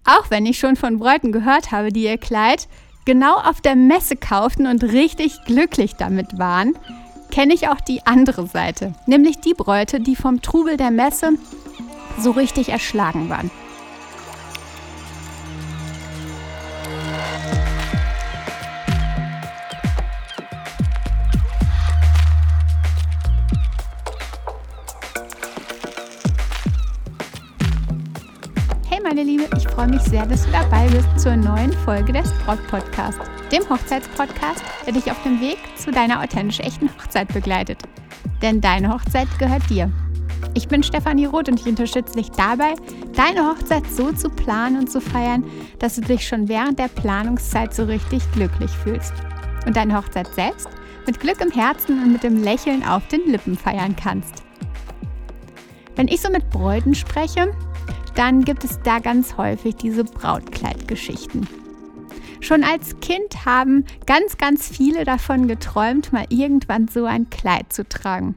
Auch wenn ich schon von Bräuten gehört habe, die ihr Kleid genau auf der Messe kauften und richtig glücklich damit waren, kenne ich auch die andere Seite, nämlich die Bräute, die vom Trubel der Messe so richtig erschlagen waren. Meine Liebe, ich freue mich sehr, dass du dabei bist zur neuen Folge des Braut-Podcast, dem Hochzeitspodcast, der dich auf dem Weg zu deiner authentisch echten Hochzeit begleitet. Denn deine Hochzeit gehört dir. Ich bin Stefanie Roth und ich unterstütze dich dabei, deine Hochzeit so zu planen und zu feiern, dass du dich schon während der Planungszeit so richtig glücklich fühlst und deine Hochzeit selbst mit Glück im Herzen und mit dem Lächeln auf den Lippen feiern kannst. Wenn ich so mit Bräuten spreche, dann gibt es da ganz häufig diese Brautkleidgeschichten. Schon als Kind haben ganz viele davon geträumt, mal irgendwann so ein Kleid zu tragen.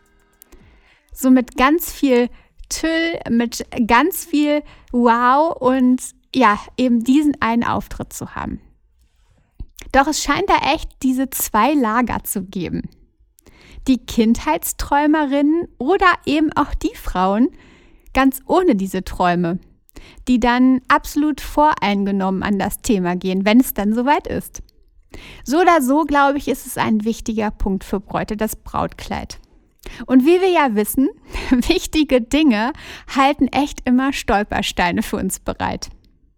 So mit ganz viel Tüll, mit ganz viel Wow und ja, eben diesen einen Auftritt zu haben. Doch es scheint da echt diese zwei Lager zu geben. Die Kindheitsträumerinnen oder eben auch die Frauen, ganz ohne diese Träume, die dann absolut voreingenommen an das Thema gehen, wenn es dann soweit ist. So oder so, glaube ich, ist es ein wichtiger Punkt für Bräute, das Brautkleid. Und wie wir ja wissen, wichtige Dinge halten echt immer Stolpersteine für uns bereit.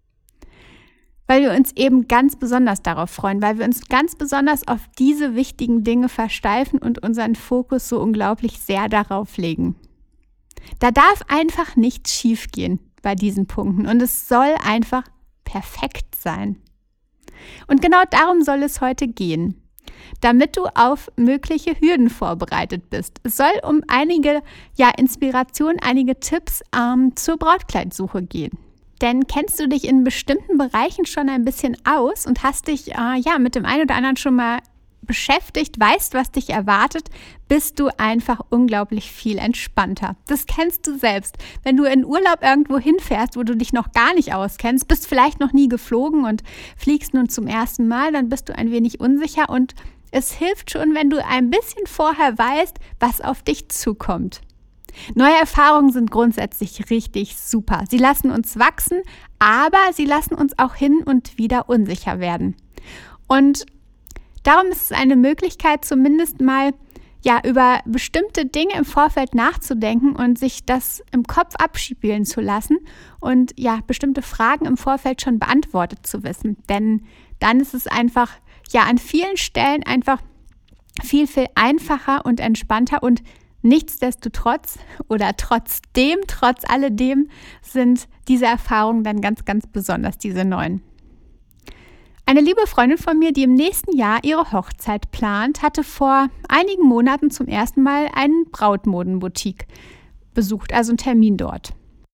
Weil wir uns eben ganz besonders darauf freuen, weil wir uns ganz besonders auf diese wichtigen Dinge versteifen und unseren Fokus so unglaublich sehr darauf legen. Da darf einfach nichts schiefgehen bei diesen Punkten und es soll einfach perfekt sein. Und genau darum soll es heute gehen, damit du auf mögliche Hürden vorbereitet bist. Es soll um einige Inspirationen, einige Tipps zur Brautkleidsuche gehen. Denn kennst du dich in bestimmten Bereichen schon ein bisschen aus und hast dich mit dem einen oder anderen schon mal beschäftigt, weißt, was dich erwartet, bist du einfach unglaublich viel entspannter. Das kennst du selbst. Wenn du in Urlaub irgendwo hinfährst, wo du dich noch gar nicht auskennst, bist vielleicht noch nie geflogen und fliegst nun zum ersten Mal, dann bist du ein wenig unsicher und es hilft schon, wenn du ein bisschen vorher weißt, was auf dich zukommt. Neue Erfahrungen sind grundsätzlich richtig super. Sie lassen uns wachsen, aber sie lassen uns auch hin und wieder unsicher werden. Und darum ist es eine Möglichkeit, zumindest mal über bestimmte Dinge im Vorfeld nachzudenken und sich das im Kopf abspielen zu lassen und bestimmte Fragen im Vorfeld schon beantwortet zu wissen. Denn dann ist es einfach an vielen Stellen einfach viel einfacher und entspannter und nichtsdestotrotz oder trotz alledem sind diese Erfahrungen dann ganz besonders, diese neuen. Eine liebe Freundin von mir, die im nächsten Jahr ihre Hochzeit plant, hatte vor einigen Monaten zum ersten Mal eine Brautmodenboutique besucht, also einen Termin dort.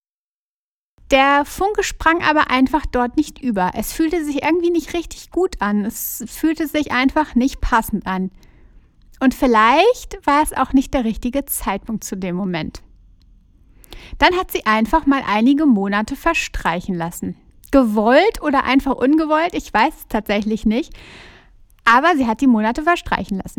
Der Funke sprang aber einfach dort nicht über. Es fühlte sich irgendwie nicht richtig gut an. Es fühlte sich einfach nicht passend an. Und vielleicht war es auch nicht der richtige Zeitpunkt zu dem Moment. Dann hat sie einfach mal einige Monate verstreichen lassen. Gewollt oder einfach ungewollt, ich weiß es tatsächlich nicht, aber sie hat die Monate verstreichen lassen.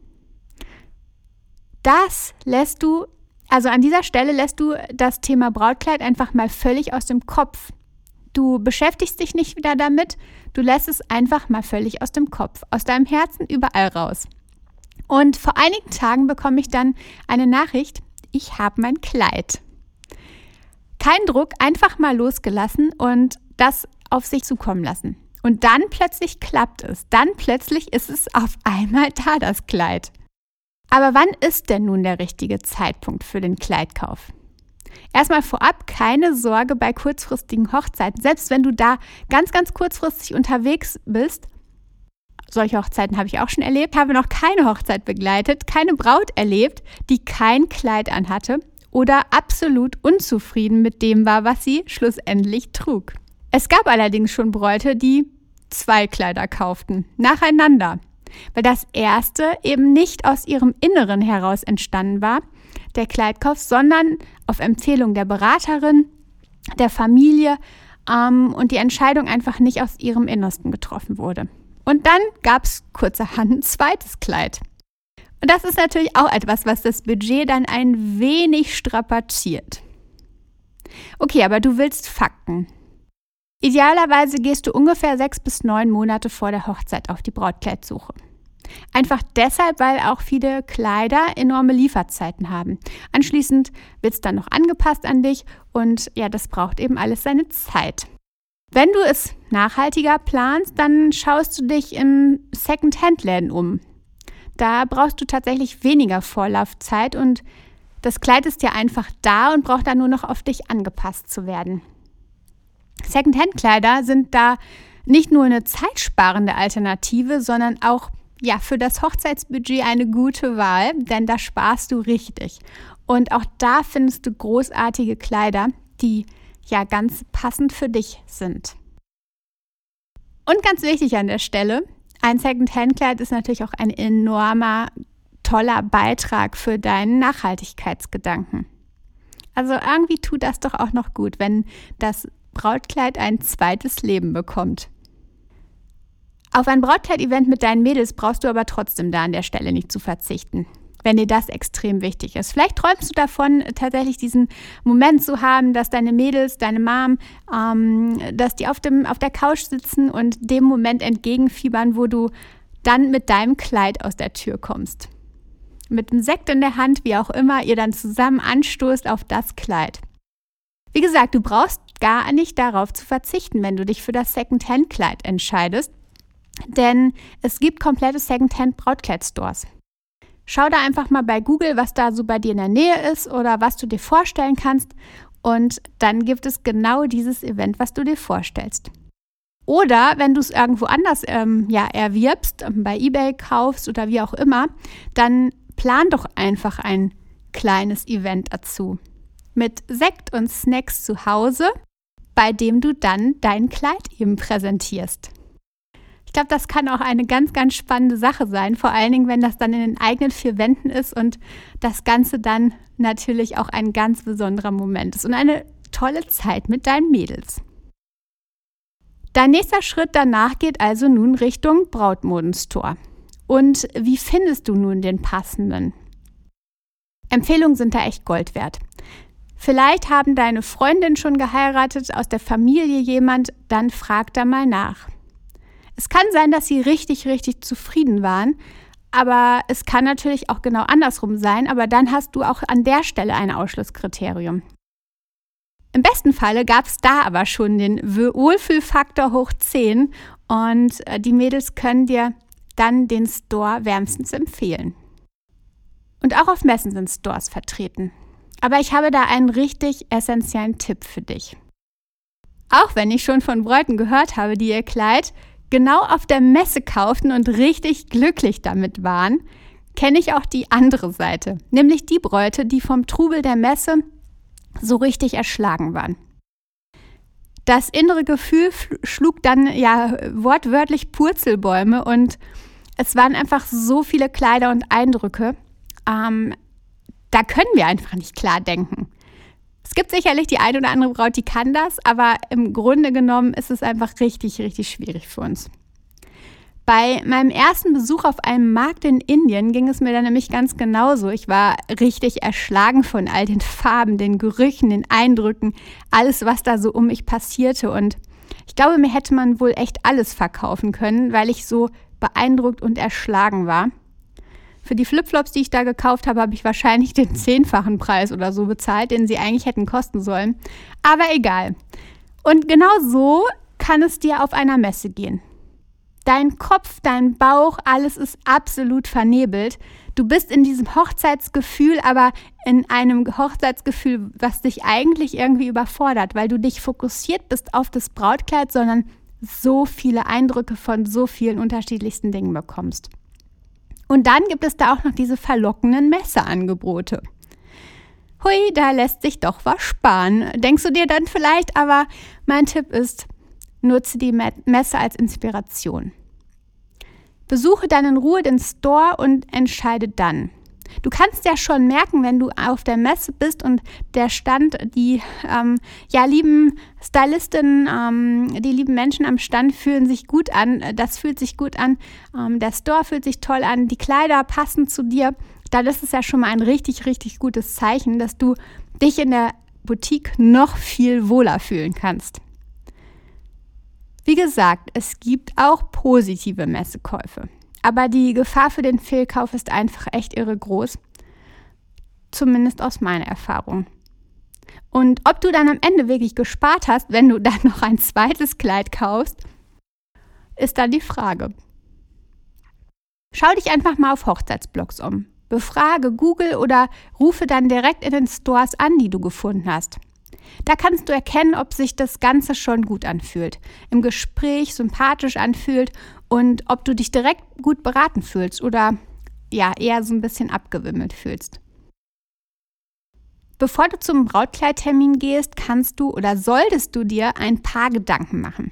An dieser Stelle lässt du das Thema Brautkleid einfach mal völlig aus dem Kopf. Du beschäftigst dich nicht wieder damit, du lässt es einfach mal völlig aus dem Kopf, aus deinem Herzen überall raus. Und vor einigen Tagen bekomme ich dann eine Nachricht, ich habe mein Kleid. Kein Druck, einfach mal losgelassen und das auf sich zukommen lassen. Und dann plötzlich klappt es. Dann plötzlich ist es auf einmal da, das Kleid. Aber wann ist denn nun der richtige Zeitpunkt für den Kleidkauf? Erstmal vorab keine Sorge bei kurzfristigen Hochzeiten. Selbst wenn du da ganz kurzfristig unterwegs bist, solche Hochzeiten habe ich auch schon erlebt, habe noch keine Hochzeit begleitet, keine Braut erlebt, die kein Kleid anhatte oder absolut unzufrieden mit dem war, was sie schlussendlich trug. Es gab allerdings schon Bräute, die 2 Kleider kauften, nacheinander, weil das erste eben nicht aus ihrem Inneren heraus entstanden war, der Kleidkauf, sondern auf Empfehlung der Beraterin, der Familie, und die Entscheidung einfach nicht aus ihrem Innersten getroffen wurde. Und dann gab es kurzerhand ein zweites Kleid. Und das ist natürlich auch etwas, was das Budget dann ein wenig strapaziert. Okay, aber du willst Fakten. Idealerweise gehst du ungefähr 6 bis 9 Monate vor der Hochzeit auf die Brautkleidsuche. Einfach deshalb, weil auch viele Kleider enorme Lieferzeiten haben. Anschließend wird es dann noch angepasst an dich und ja, das braucht eben alles seine Zeit. Wenn du es nachhaltiger planst, dann schaust du dich in Second-Hand-Läden um. Da brauchst du tatsächlich weniger Vorlaufzeit und das Kleid ist ja einfach da und braucht dann nur noch auf dich angepasst zu werden. Second-Hand-Kleider sind da nicht nur eine zeitsparende Alternative, sondern auch für das Hochzeitsbudget eine gute Wahl, denn da sparst du richtig. Und auch da findest du großartige Kleider, die ganz passend für dich sind. Und ganz wichtig an der Stelle, ein Second-Hand-Kleid ist natürlich auch ein enormer, toller Beitrag für deinen Nachhaltigkeitsgedanken. Also irgendwie tut das doch auch noch gut, wenn das Brautkleid ein zweites Leben bekommt. Auf ein Brautkleid-Event mit deinen Mädels brauchst du aber trotzdem da an der Stelle nicht zu verzichten, wenn dir das extrem wichtig ist. Vielleicht träumst du davon, tatsächlich diesen Moment zu haben, dass deine Mädels, deine Mom, dass die auf der Couch sitzen und dem Moment entgegenfiebern, wo du dann mit deinem Kleid aus der Tür kommst. Mit einem Sekt in der Hand, wie auch immer, ihr dann zusammen anstoßt auf das Kleid. Wie gesagt, du brauchst gar nicht darauf zu verzichten, wenn du dich für das Second-Hand-Kleid entscheidest, denn es gibt komplette Second-Hand-Brautkleid-Stores. Schau da einfach mal bei Google, was da so bei dir in der Nähe ist oder was du dir vorstellen kannst und dann gibt es genau dieses Event, was du dir vorstellst. Oder wenn du es irgendwo anders erwirbst, bei eBay kaufst oder wie auch immer, dann plan doch einfach ein kleines Event dazu. Mit Sekt und Snacks zu Hause, bei dem du dann dein Kleid eben präsentierst. Ich glaube, das kann auch eine ganz, ganz spannende Sache sein, vor allen Dingen, wenn das dann in den eigenen 4 Wänden ist und das Ganze dann natürlich auch ein ganz besonderer Moment ist und eine tolle Zeit mit deinen Mädels. Dein nächster Schritt danach geht also nun Richtung Brautmodenstore. Und wie findest du nun den passenden? Empfehlungen sind da echt Gold wert. Vielleicht haben deine Freundin schon geheiratet, aus der Familie jemand, dann frag da mal nach. Es kann sein, dass sie richtig, richtig zufrieden waren, aber es kann natürlich auch genau andersrum sein, aber dann hast du auch an der Stelle ein Ausschlusskriterium. Im besten Falle gab es da aber schon den Wohlfühlfaktor hoch 10 und die Mädels können dir dann den Store wärmstens empfehlen. Und auch auf Messen sind Stores vertreten. Aber ich habe da einen richtig essentiellen Tipp für dich. Auch wenn ich schon von Bräuten gehört habe, die ihr Kleid genau auf der Messe kauften und richtig glücklich damit waren, kenne ich auch die andere Seite, nämlich die Bräute, die vom Trubel der Messe so richtig erschlagen waren. Das innere Gefühl schlug dann wortwörtlich Purzelbäume und es waren einfach so viele Kleider und Eindrücke, da können wir einfach nicht klar denken. Es gibt sicherlich die eine oder andere Braut, die kann das, aber im Grunde genommen ist es einfach richtig, richtig schwierig für uns. Bei meinem ersten Besuch auf einem Markt in Indien ging es mir dann nämlich ganz genauso. Ich war richtig erschlagen von all den Farben, den Gerüchen, den Eindrücken, alles, was da so um mich passierte. Und ich glaube, mir hätte man wohl echt alles verkaufen können, weil ich so beeindruckt und erschlagen war. Für die Flipflops, die ich da gekauft habe, habe ich wahrscheinlich den 10-fachen Preis oder so bezahlt, den sie eigentlich hätten kosten sollen. Aber egal. Und genau so kann es dir auf einer Messe gehen. Dein Kopf, dein Bauch, alles ist absolut vernebelt. Du bist in diesem Hochzeitsgefühl, aber in einem Hochzeitsgefühl, was dich eigentlich irgendwie überfordert, weil du nicht fokussiert bist auf das Brautkleid, sondern so viele Eindrücke von so vielen unterschiedlichsten Dingen bekommst. Und dann gibt es da auch noch diese verlockenden Messeangebote. Hui, da lässt sich doch was sparen. Denkst du dir dann vielleicht, aber mein Tipp ist, nutze die Messe als Inspiration. Besuche dann in Ruhe den Store und entscheide dann. Du kannst ja schon merken, wenn du auf der Messe bist und der Stand, die lieben Stylistinnen, die lieben Menschen am Stand fühlen sich gut an, das fühlt sich gut an, der Store fühlt sich toll an, die Kleider passen zu dir, dann ist es ja schon mal ein richtig, richtig gutes Zeichen, dass du dich in der Boutique noch viel wohler fühlen kannst. Wie gesagt, es gibt auch positive Messekäufe. Aber die Gefahr für den Fehlkauf ist einfach echt irre groß. Zumindest aus meiner Erfahrung. Und ob du dann am Ende wirklich gespart hast, wenn du dann noch ein zweites Kleid kaufst, ist dann die Frage. Schau dich einfach mal auf Hochzeitsblogs um. Befrage Google oder rufe dann direkt in den Stores an, die du gefunden hast. Da kannst du erkennen, ob sich das Ganze schon gut anfühlt, im Gespräch sympathisch anfühlt und ob du dich direkt gut beraten fühlst oder eher so ein bisschen abgewimmelt fühlst. Bevor du zum Brautkleidtermin gehst, kannst du oder solltest du dir ein paar Gedanken machen.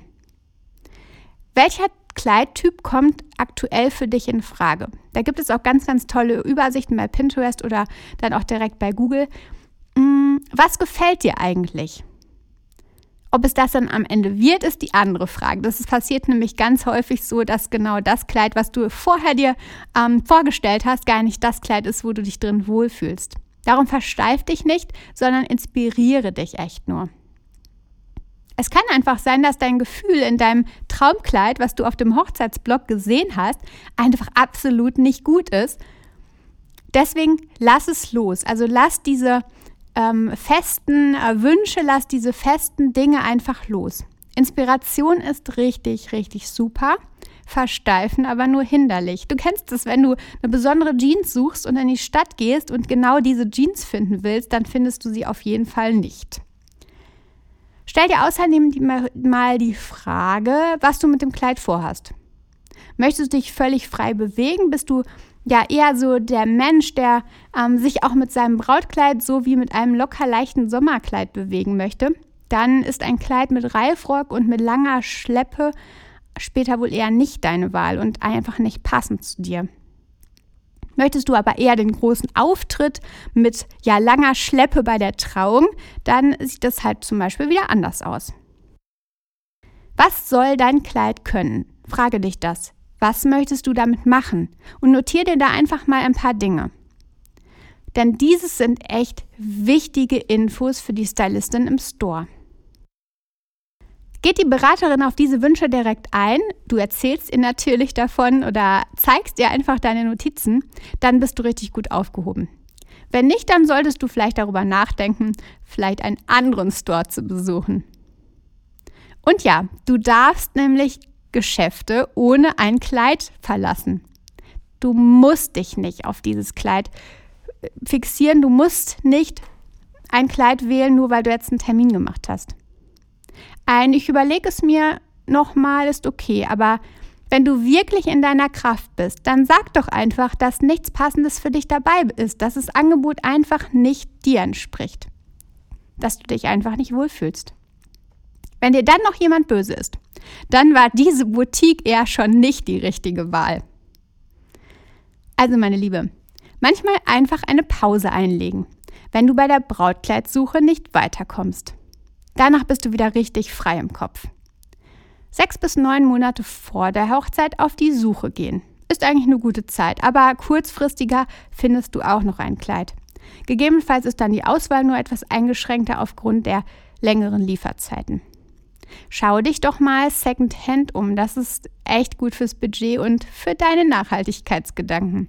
Welcher Kleidtyp kommt aktuell für dich in Frage? Da gibt es auch ganz, ganz tolle Übersichten bei Pinterest oder dann auch direkt bei Google. Was gefällt dir eigentlich? Ob es das dann am Ende wird, ist die andere Frage. Das passiert nämlich ganz häufig so, dass genau das Kleid, was du vorher dir vorgestellt hast, gar nicht das Kleid ist, wo du dich drin wohlfühlst. Darum versteif dich nicht, sondern inspiriere dich echt nur. Es kann einfach sein, dass dein Gefühl in deinem Traumkleid, was du auf dem Hochzeitsblog gesehen hast, einfach absolut nicht gut ist. Deswegen lass es los. Also lass diese festen Wünsche, lass diese festen Dinge einfach los. Inspiration ist richtig, richtig super. Versteifen aber nur hinderlich. Du kennst es, wenn du eine besondere Jeans suchst und in die Stadt gehst und genau diese Jeans finden willst, dann findest du sie auf jeden Fall nicht. Stell dir außerdem mal die Frage, was du mit dem Kleid vorhast. Möchtest du dich völlig frei bewegen? Bist du eher so der Mensch, der sich auch mit seinem Brautkleid so wie mit einem locker leichten Sommerkleid bewegen möchte? Dann ist ein Kleid mit Reifrock und mit langer Schleppe später wohl eher nicht deine Wahl und einfach nicht passend zu dir. Möchtest du aber eher den großen Auftritt mit langer Schleppe bei der Trauung, dann sieht das halt zum Beispiel wieder anders aus. Was soll dein Kleid können? Frage dich das. Was möchtest du damit machen? Und notiere dir da einfach mal ein paar Dinge. Denn dieses sind echt wichtige Infos für die Stylistin im Store. Geht die Beraterin auf diese Wünsche direkt ein, du erzählst ihr natürlich davon oder zeigst ihr einfach deine Notizen, dann bist du richtig gut aufgehoben. Wenn nicht, dann solltest du vielleicht darüber nachdenken, vielleicht einen anderen Store zu besuchen. Und du darfst nämlich Geschäfte ohne ein Kleid verlassen. Du musst dich nicht auf dieses Kleid fixieren, du musst nicht ein Kleid wählen, nur weil du jetzt einen Termin gemacht hast. Ich überlege es mir nochmal, ist okay, aber wenn du wirklich in deiner Kraft bist, dann sag doch einfach, dass nichts Passendes für dich dabei ist, dass das Angebot einfach nicht dir entspricht, dass du dich einfach nicht wohlfühlst. Wenn dir dann noch jemand böse ist, dann war diese Boutique eher schon nicht die richtige Wahl. Also meine Liebe, manchmal einfach eine Pause einlegen, wenn du bei der Brautkleidsuche nicht weiterkommst. Danach bist du wieder richtig frei im Kopf. 6 bis 9 Monate vor der Hochzeit auf die Suche gehen. Ist eigentlich eine gute Zeit, aber kurzfristiger findest du auch noch ein Kleid. Gegebenenfalls ist dann die Auswahl nur etwas eingeschränkter aufgrund der längeren Lieferzeiten. Schau dich doch mal Secondhand um, das ist echt gut fürs Budget und für deine Nachhaltigkeitsgedanken.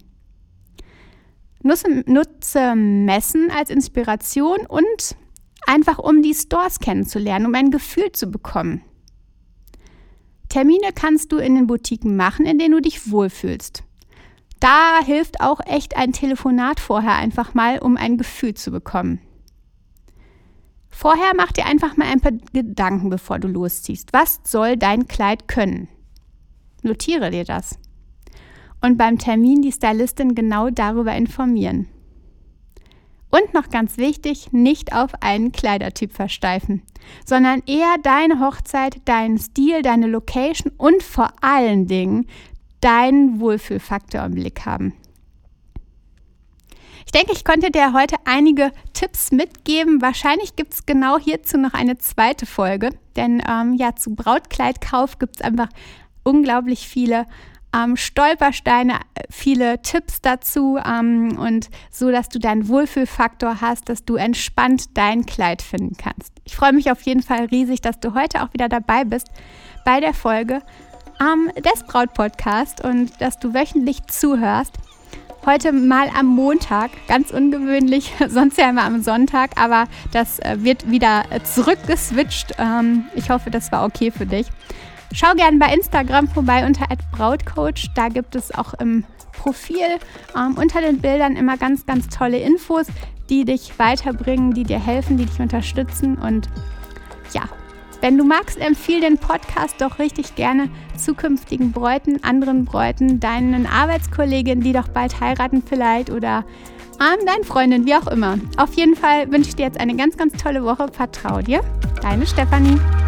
Nutze Messen als Inspiration und einfach um die Stores kennenzulernen, um ein Gefühl zu bekommen. Termine kannst du in den Boutiquen machen, in denen du dich wohlfühlst. Da hilft auch echt ein Telefonat vorher einfach mal, um ein Gefühl zu bekommen. Vorher mach dir einfach mal ein paar Gedanken, bevor du losziehst. Was soll dein Kleid können? Notiere dir das. Und beim Termin die Stylistin genau darüber informieren. Und noch ganz wichtig, nicht auf einen Kleidertyp versteifen, sondern eher deine Hochzeit, deinen Stil, deine Location und vor allen Dingen deinen Wohlfühlfaktor im Blick haben. Ich denke, ich konnte dir heute einige Tipps mitgeben. Wahrscheinlich gibt es genau hierzu noch eine zweite Folge, denn zu Brautkleidkauf gibt es einfach unglaublich viele Stolpersteine, viele Tipps dazu und so, dass du deinen Wohlfühlfaktor hast, dass du entspannt dein Kleid finden kannst. Ich freue mich auf jeden Fall riesig, dass du heute auch wieder dabei bist bei der Folge des Braut-Podcast und dass du wöchentlich zuhörst. Heute mal am Montag, ganz ungewöhnlich, sonst ja immer am Sonntag, aber das wird wieder zurückgeswitcht. Ich hoffe, das war okay für dich. Schau gerne bei Instagram vorbei unter @brautcoach. Da gibt es auch im Profil unter den Bildern immer ganz, ganz tolle Infos, die dich weiterbringen, die dir helfen, die dich unterstützen. Und ja, wenn du magst, empfehle den Podcast doch richtig gerne zukünftigen Bräuten, anderen Bräuten, deinen Arbeitskolleginnen, die doch bald heiraten vielleicht oder deinen Freundinnen, wie auch immer. Auf jeden Fall wünsche ich dir jetzt eine ganz, ganz tolle Woche. Vertrau dir. Deine Stefanie.